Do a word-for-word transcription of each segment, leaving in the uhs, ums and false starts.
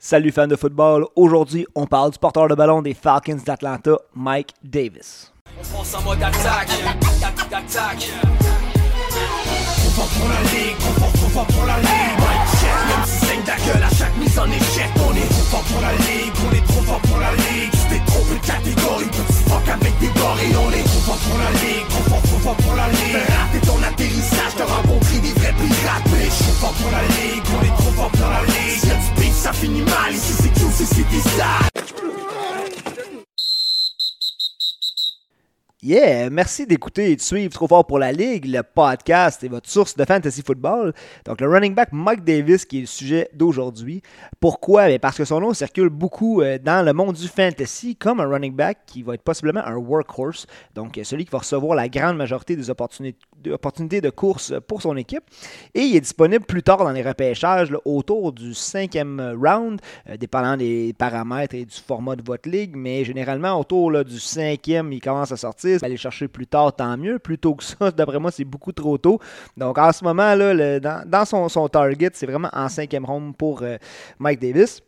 Salut fans de football, aujourd'hui on parle du porteur de ballon des Falcons d'Atlanta, Mike Davis. On fonce en mode attaque, attaque. Trop fort pour la ligue, trop fort, trop fort pour la ligue. Mike check, même si saigne ta gueule à chaque mise en échec. On est trop fort pour la ligue, on est trop fort pour la ligue. Tu t'es trompé de catégorie, petit fuck avec des gorilles. On est trop fort pour la ligue, trop fort, trop fort pour la ligue. Raté ton atterrissage, t'as rencontré des vrais pirates. Mais trop fort pour la ligue, on est trop fort pour la ligue. Si y'a du beef, ça finit mal, ici c'est Q C C des stars. Yeah, merci d'écouter et de suivre Trop fort pour la Ligue, le podcast et votre source de fantasy football. Donc le running back Mike Davis qui est le sujet d'aujourd'hui. Pourquoi? Bien, parce que son nom circule beaucoup dans le monde du fantasy comme un running back qui va être possiblement un workhorse, donc celui qui va recevoir la grande majorité des opportunités, des opportunités de course pour son équipe. Et il est disponible plus tard dans les repêchages, là, autour du cinquième round, euh, dépendant des paramètres et du format de votre ligue, mais généralement autour là, du cinquième, il commence à sortir. Aller chercher plus tard, tant mieux. Plus tôt que ça, d'après moi, c'est beaucoup trop tôt. Donc, en ce moment, là, le, dans, dans son, son target, c'est vraiment en cinquième round pour euh, Mike Davis.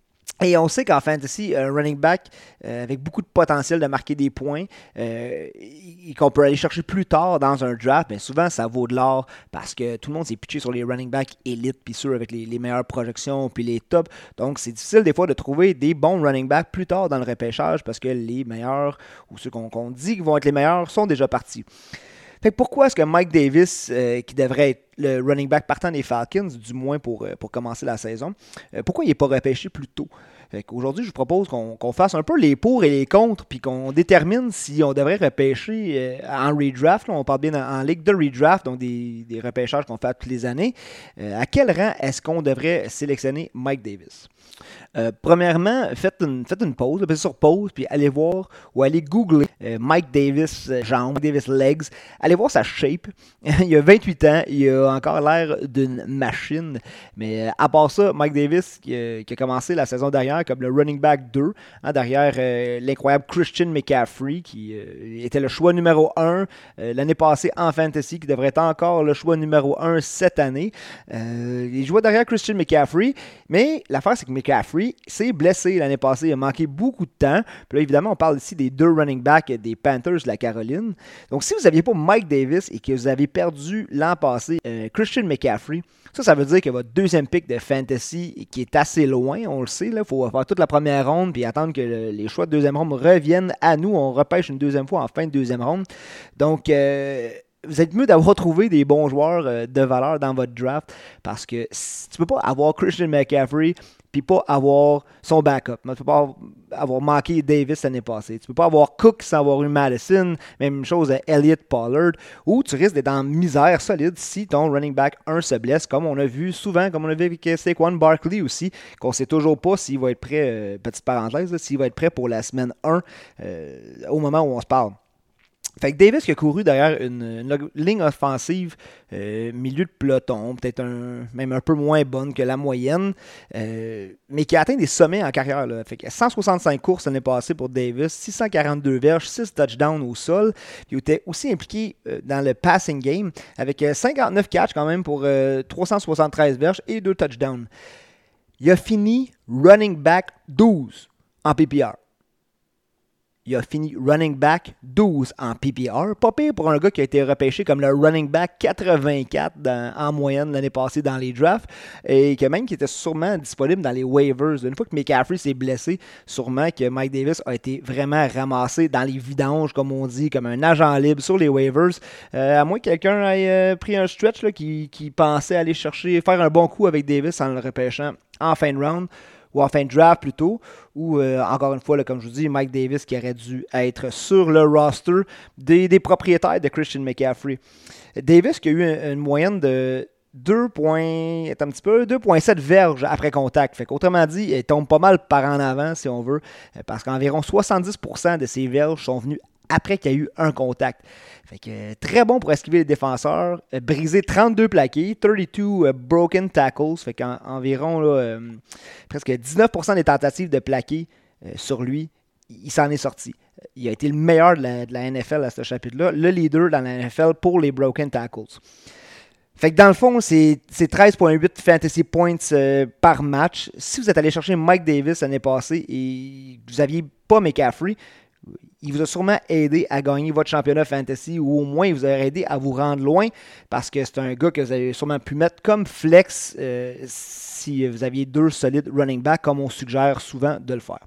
Et on sait qu'en fantasy, un running back euh, avec beaucoup de potentiel de marquer des points, euh, et qu'on peut aller chercher plus tard dans un draft, mais souvent ça vaut de l'or parce que tout le monde s'est pitché sur les running backs élites, puis ceux avec les, les meilleures projections, puis les tops. Donc c'est difficile des fois de trouver des bons running backs plus tard dans le repêchage parce que les meilleurs, ou ceux qu'on, qu'on dit qui vont être les meilleurs, sont déjà partis. Fait que pourquoi est-ce que Mike Davis, euh, qui devrait être le running back partant des Falcons, du moins pour, euh, pour commencer la saison, euh, pourquoi il n'est pas repêché plus tôt? Fait qu'aujourd'hui, je vous propose qu'on, qu'on fasse un peu les pour et les contre, puis qu'on détermine si on devrait repêcher euh, en redraft. Là, on parle bien en, en ligue de redraft, donc des, des repêchages qu'on fait toutes les années. Euh, à quel rang est-ce qu'on devrait sélectionner Mike Davis? Euh, premièrement, faites une, faites une pause, appuyez sur pause, puis allez voir ou allez googler euh, Mike Davis euh, jambes, Mike Davis legs. Allez voir sa shape. Il a vingt-huit ans, il a encore l'air d'une machine. Mais euh, à part ça, Mike Davis qui, euh, qui a commencé la saison dernière comme le running back deux, hein, derrière euh, l'incroyable Christian McCaffrey qui euh, était le choix numéro un euh, l'année passée en fantasy, qui devrait être encore le choix numéro un cette année. Euh, il jouait derrière Christian McCaffrey, mais l'affaire c'est que McCaffrey s'est blessé l'année passée, il a manqué beaucoup de temps. Puis là, évidemment, on parle ici des deux running backs des Panthers de la Caroline. Donc, si vous n'aviez pas Mike Davis et que vous avez perdu l'an passé euh, Christian McCaffrey, ça, ça veut dire que votre deuxième pick de fantasy qui est assez loin, on le sait, il faut faire toute la première ronde puis attendre que le, les choix de deuxième ronde reviennent à nous. On repêche une deuxième fois en fin de deuxième ronde. Donc, euh, vous êtes mieux d'avoir trouvé des bons joueurs euh, de valeur dans votre draft parce que si, tu ne peux pas avoir Christian McCaffrey puis pas avoir son backup. Tu ne peux pas avoir manqué Davis l'année passée. Tu ne peux pas avoir Cook sans avoir eu Madison. Même chose à Elliott Pollard. Ou tu risques d'être en misère solide si ton running back un se blesse, comme on a vu souvent, comme on a vu avec Saquon Barkley aussi, qu'on ne sait toujours pas s'il va être prêt, euh, petite parenthèse, là, s'il va être prêt pour la semaine un euh, au moment où on se parle. Fait que Davis qui a couru derrière une, une ligne offensive euh, milieu de peloton, peut-être un, même un peu moins bonne que la moyenne, euh, mais qui a atteint des sommets en carrière. Là. Fait que cent soixante-cinq courses l'année passée pour Davis, six cent quarante-deux verges, six touchdowns au sol. Puis il était aussi impliqué euh, dans le passing game avec euh, cinquante-neuf catches quand même pour euh, trois cent soixante-treize verges et deux touchdowns. Il a fini running back douze en P P R. Il a fini running back douze en P P R. Pas pire pour un gars qui a été repêché comme le running back quatre-vingt-quatre dans, en moyenne l'année passée dans les drafts et que même qui était sûrement disponible dans les waivers. Une fois que McCaffrey s'est blessé, sûrement que Mike Davis a été vraiment ramassé dans les vidanges, comme on dit, comme un agent libre sur les waivers. Euh, à moins que quelqu'un ait euh, pris un stretch là, qui, qui pensait aller chercher, faire un bon coup avec Davis en le repêchant en fin de round. Ou en fin de draft plutôt, ou euh, encore une fois, là, comme je vous dis, Mike Davis qui aurait dû être sur le roster des, des propriétaires de Christian McCaffrey. Davis qui a eu une, une moyenne de deux points, un petit peu, deux virgule sept verges après contact. Fait qu'autrement dit, il tombe pas mal par en avant, si on veut, parce qu'environ soixante-dix pour cent de ses verges sont venus après qu'il y a eu un contact. Fait que euh, très bon pour esquiver les défenseurs. Euh, brisé trente-deux plaqués, trente-deux euh, broken tackles. Fait qu'environ euh, presque dix-neuf pour cent des tentatives de plaquer euh, sur lui, il s'en est sorti. Il a été le meilleur de la, de la N F L à ce chapitre-là, le leader dans la N F L pour les broken tackles. Fait que dans le fond, c'est, c'est treize virgule huit fantasy points euh, par match. Si vous êtes allé chercher Mike Davis l'année passée et vous n'aviez pas McCaffrey, il vous a sûrement aidé à gagner votre championnat fantasy ou au moins il vous a aidé à vous rendre loin parce que c'est un gars que vous avez sûrement pu mettre comme flex euh, si vous aviez deux solides running backs comme on suggère souvent de le faire.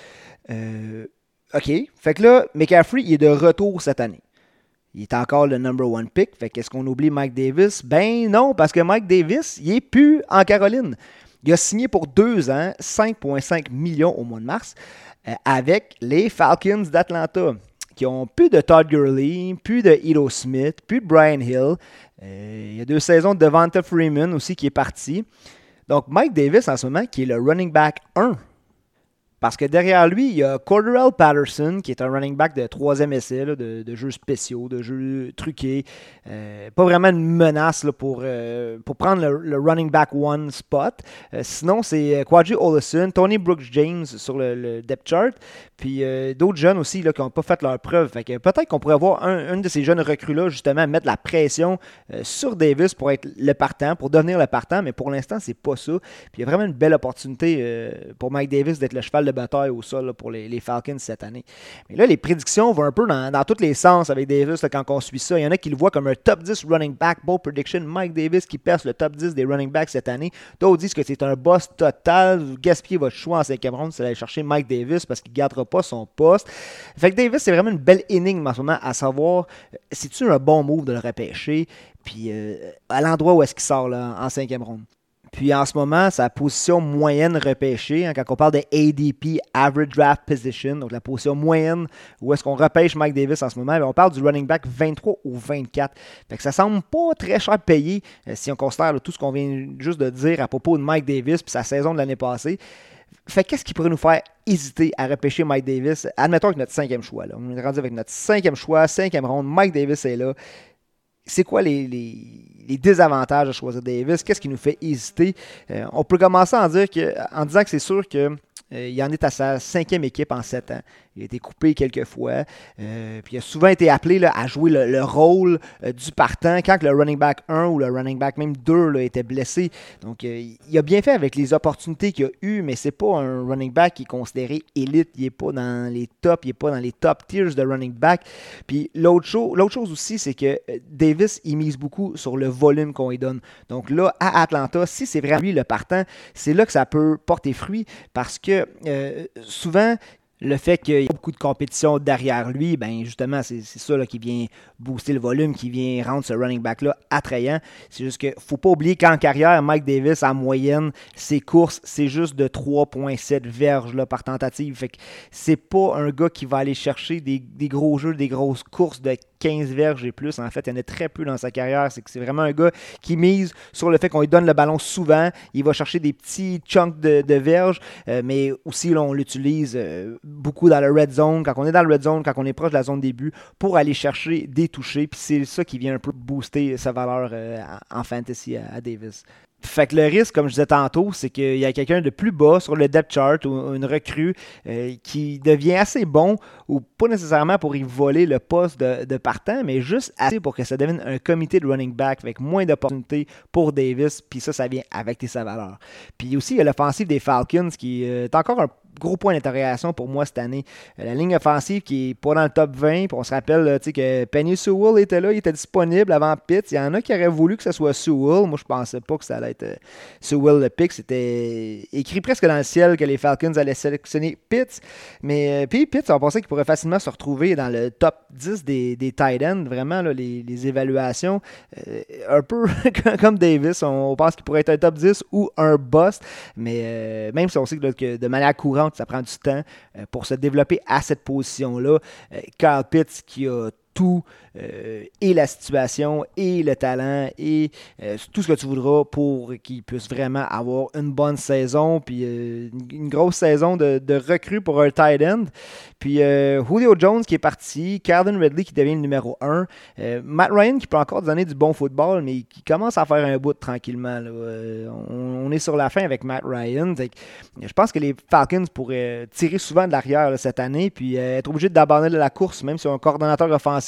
Euh, OK. Fait que là, McCaffrey, il est de retour cette année. Il est encore le number one pick. Fait qu'est-ce qu'on oublie Mike Davis? Ben non, parce que Mike Davis, il est plus en Caroline. Il a signé pour deux ans, cinq virgule cinq millions au mois de mars, euh, avec les Falcons d'Atlanta, qui ont plus de Todd Gurley, plus de Ito Smith, plus de Brian Hill. Euh, il y a deux saisons de Devonta Freeman aussi qui est parti. Donc Mike Davis en ce moment, qui est le running back un. Parce que derrière lui, il y a Cordarrelle Patterson, qui est un running back de troisième essai, là, de, de jeux spéciaux, de jeux truqués. Euh, pas vraiment une menace là, pour, euh, pour prendre le, le running back one spot. Euh, sinon, c'est Quadri Olison, Tony Brooks-James sur le, le depth chart, puis euh, d'autres jeunes aussi là, qui n'ont pas fait leur preuve. Fait que peut-être qu'on pourrait voir un, un de ces jeunes recrues-là, justement, mettre la pression euh, sur Davis pour être le partant, pour devenir le partant, mais pour l'instant, c'est pas ça. Puis il y a vraiment une belle opportunité euh, pour Mike Davis d'être le cheval de bataille au sol là, pour les, les Falcons cette année. Mais là, les prédictions vont un peu dans, dans tous les sens avec Davis là, quand on suit ça. Il y en a qui le voient comme un top dix running back, bold prediction, Mike Davis qui perce le top dix des running backs cette année. D'autres disent que c'est un boss total, vous gaspillez votre choix en cinquième ronde, c'est d'aller chercher Mike Davis parce qu'il ne gardera pas son poste. Fait que Davis, c'est vraiment une belle énigme en ce moment à savoir, c'est-tu un bon move de le repêcher, puis euh, à l'endroit où est-ce qu'il sort là, en cinquième ronde. Puis en ce moment, sa position moyenne repêchée, hein, quand on parle de A D P, Average Draft Position, donc la position moyenne où est-ce qu'on repêche Mike Davis en ce moment, bien, on parle du running back vingt-trois ou vingt-quatre. Fait que ça semble pas très cher payé euh, si on considère là, tout ce qu'on vient juste de dire à propos de Mike Davis puis sa saison de l'année passée. Fait qu'est-ce qui pourrait nous faire hésiter à repêcher Mike Davis? Admettons avec notre cinquième choix. Là. On est rendu avec notre cinquième choix, cinquième ronde, Mike Davis est là. C'est quoi les, les, les désavantages de choisir Davis? Qu'est-ce qui nous fait hésiter? Euh, on peut commencer en, dire que, en disant que c'est sûr qu'il euh, en est à sa cinquième équipe en sept ans. Il a été coupé quelques fois. Euh, puis il a souvent été appelé là, à jouer le, le rôle euh, du partant quand le running back un ou le running back même deux là, était blessé. Donc euh, il a bien fait avec les opportunités qu'il a eues, mais c'est pas un running back qui est considéré élite. Il n'est pas dans les tops, il n'est pas dans les top tiers de running back. Puis l'autre chose, l'autre chose aussi, c'est que Davis, il mise beaucoup sur le volume qu'on lui donne. Donc là, à Atlanta, si c'est vraiment lui le partant, c'est là que ça peut porter fruit parce que euh, souvent, le fait qu'il y ait beaucoup de compétition derrière lui, ben justement, c'est, c'est ça là, qui vient booster le volume, qui vient rendre ce running back-là attrayant. C'est juste qu'il ne faut pas oublier qu'en carrière, Mike Davis, en moyenne, ses courses, c'est juste de trois virgule sept verges là, par tentative. Fait que c'est pas un gars qui va aller chercher des, des gros jeux, des grosses courses de quinze verges et plus. En fait, il y en a très peu dans sa carrière. C'est que c'est vraiment un gars qui mise sur le fait qu'on lui donne le ballon souvent. Il va chercher des petits chunks de, de verges, euh, mais aussi, là, on l'utilise euh, beaucoup dans le red zone, quand on est dans le red zone, quand on est proche de la zone début, pour aller chercher des touchés. Puis c'est ça qui vient un peu booster sa valeur euh, en fantasy à, à Davis. Fait que le risque, comme je disais tantôt, c'est qu'il y a quelqu'un de plus bas sur le depth chart ou une recrue euh, qui devient assez bon, ou pas nécessairement pour y voler le poste de, de partant, mais juste assez pour que ça devienne un comité de running back avec moins d'opportunités pour Davis, puis ça, ça vient avec sa valeur. Puis aussi, il y a l'offensive des Falcons qui euh, est encore un gros point d'interrogation pour moi cette année. Euh, la ligne offensive qui est pas dans le top vingt, puis on se rappelle là, que Penny Sewell était là, il était disponible avant Pitts. Il y en a qui auraient voulu que ce soit Sewell. Moi, je pensais pas que ça allait être euh, Sewell le pick. C'était écrit presque dans le ciel que les Falcons allaient sélectionner Pitts. Mais euh, puis Pitts, on pensait qu'il pourrait facilement se retrouver dans le top dix des, des tight ends. Vraiment, là, les, les évaluations, euh, un peu comme Davis, on pense qu'il pourrait être un top dix ou un bust. Mais euh, même si on sait que, là, que de manière courante, ça prend du temps euh, pour se développer à cette position-là. Euh, Kyle Pitts qui a tout, euh, et la situation, et le talent, et euh, tout ce que tu voudras pour qu'il puisse vraiment avoir une bonne saison, puis euh, une, une grosse saison de, de recrue pour un tight end. Puis euh, Julio Jones qui est parti, Calvin Ridley qui devient le numéro un, euh, Matt Ryan qui peut encore donner du bon football, mais qui commence à faire un bout tranquillement. Là. Euh, on, on est sur la fin avec Matt Ryan. Que, je pense que les Falcons pourraient tirer souvent de l'arrière là, cette année, puis euh, être obligés d'abandonner la course, même si on a un coordonnateur offensif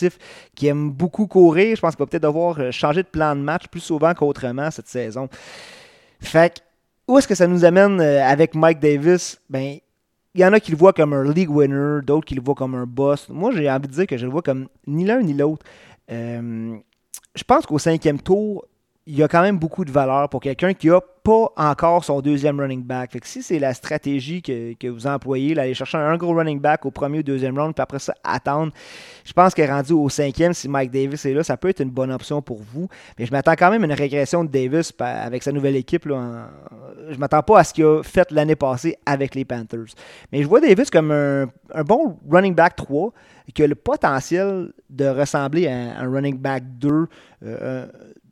explosif, qui aime beaucoup courir. Je pense qu'il va peut-être devoir changer de plan de match plus souvent qu'autrement cette saison. Fait que, où est-ce que ça nous amène avec Mike Davis? Ben, il y en a qui le voient comme un league winner, d'autres qui le voient comme un boss. Moi, j'ai envie de dire que je le vois comme ni l'un ni l'autre. Euh, je pense qu'au cinquième tour, il y a quand même beaucoup de valeur pour quelqu'un qui n'a pas encore son deuxième running back. Fait que si c'est la stratégie que, que vous employez, là, aller chercher un gros running back au premier ou deuxième round, puis après ça, attendre, je pense que rendu au cinquième, si Mike Davis est là, ça peut être une bonne option pour vous. Mais je m'attends quand même à une régression de Davis avec sa nouvelle équipe. Là, en... Je ne m'attends pas à ce qu'il a fait l'année passée avec les Panthers. Mais je vois Davis comme un, un bon running back trois qui a le potentiel de ressembler à un running back deux, euh,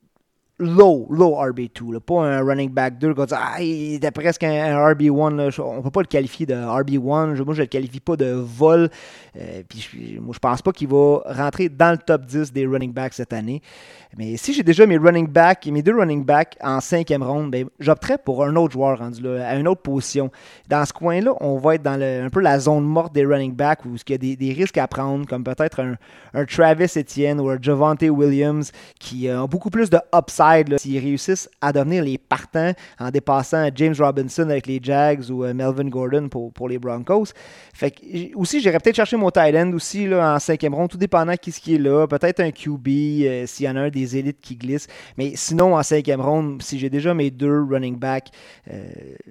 Low, low R B deux, là, pas un running back deux, qu'on dit ah, il était presque un, un R B un, là, on ne peut pas le qualifier de R B un, je, moi je ne le qualifie pas de vol, euh, puis je, moi je pense pas qu'il va rentrer dans le top dix des running backs cette année, mais si j'ai déjà mes running backs, mes deux running backs en cinquième ronde, ben, j'opterais pour un autre joueur rendu là, à une autre position. Dans ce coin-là, on va être dans le, un peu la zone morte des running backs où il y a des, des risques à prendre, comme peut-être un, un Travis Etienne ou un Javonte Williams qui euh, ont beaucoup plus de upside là, s'ils réussissent à devenir les partants en dépassant James Robinson avec les Jags ou euh, Melvin Gordon pour, pour les Broncos. Fait que, aussi, j'irais peut-être chercher mon tight end aussi là, en cinquième ronde, tout dépendant qui ce qui est là. Peut-être un Q B euh, s'il y en a un des élites qui glissent. Mais sinon, en cinquième ronde, si j'ai déjà mes deux running backs euh,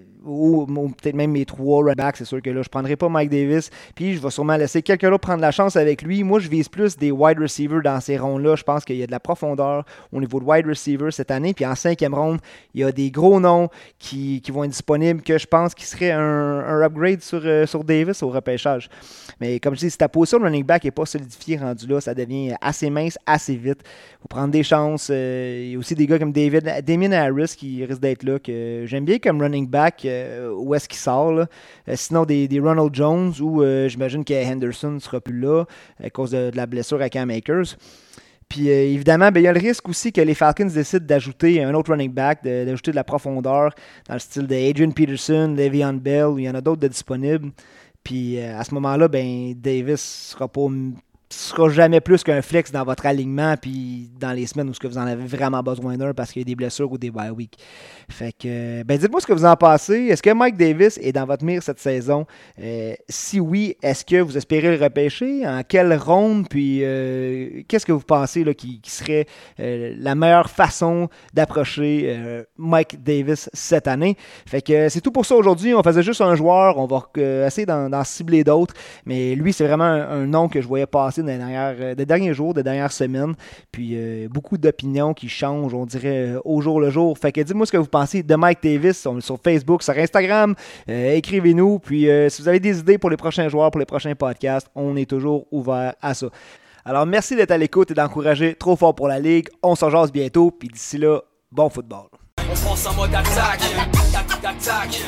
ou, ou peut-être même mes trois running backs, c'est sûr que là, je ne prendrai pas Mike Davis. Puis je vais sûrement laisser quelqu'un d'autre prendre la chance avec lui. Moi, je vise plus des wide receivers dans ces rondes-là. Je pense qu'il y a de la profondeur au niveau de wide receiver cette année. Puis en cinquième ronde, il y a des gros noms qui, qui vont être disponibles que je pense qui serait un, un upgrade sur, euh, sur Davis au repêchage. Mais comme je dis, si ta position de running back n'est pas solidifiée rendu là, ça devient assez mince, assez vite. Il faut prendre des chances. Euh, il y a aussi des gars comme David, Damien Harris qui risque d'être là, que j'aime bien comme running back. Euh, où est-ce qu'il sort là? Euh, sinon, des, des Ronald Jones, où euh, j'imagine que Henderson ne sera plus là à cause de, de la blessure à Cam Akers. Puis euh, évidemment, ben, il y a le risque aussi que les Falcons décident d'ajouter un autre running back, de, d'ajouter de la profondeur dans le style de Adrian Peterson, Le'Veon Bell, où il y en a d'autres de disponibles. Puis euh, à ce moment-là, ben, Davis sera pas sera jamais plus qu'un flex dans votre alignement puis dans les semaines où ce que vous en avez vraiment besoin d'un parce qu'il y a des blessures ou des bye week. Fait que, ben dites-moi ce que vous en pensez. Est-ce que Mike Davis est dans votre mire cette saison? Euh, si oui, est-ce que vous espérez le repêcher? En quelle ronde? Puis euh, qu'est-ce que vous pensez là, qui, qui serait euh, la meilleure façon d'approcher euh, Mike Davis cette année? Fait que c'est tout pour ça aujourd'hui. On faisait juste un joueur. On va euh, essayer d'en, d'en cibler d'autres. Mais lui, c'est vraiment un, un nom que je voyais passer Des, dernières, des derniers jours, des dernières semaines, puis euh, beaucoup d'opinions qui changent, on dirait, euh, au jour le jour. Fait que dites-moi ce que vous pensez de Mike Davis. On est sur Facebook, sur Instagram, euh, écrivez-nous, puis euh, si vous avez des idées pour les prochains joueurs, pour les prochains podcasts, on est toujours ouvert à ça. Alors merci d'être à l'écoute et d'encourager Trop Fort pour la Ligue. On s'en jase bientôt, puis d'ici là, bon football. On pense en mode attaque, attaque.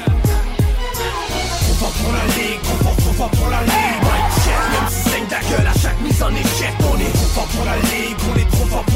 Trop fort pour la ligue, trop fort, trop fort pour la ligue. Mike check, même si saigne ta gueule à chaque mise en échec. On est trop fort pour la ligue, on est trop fort pour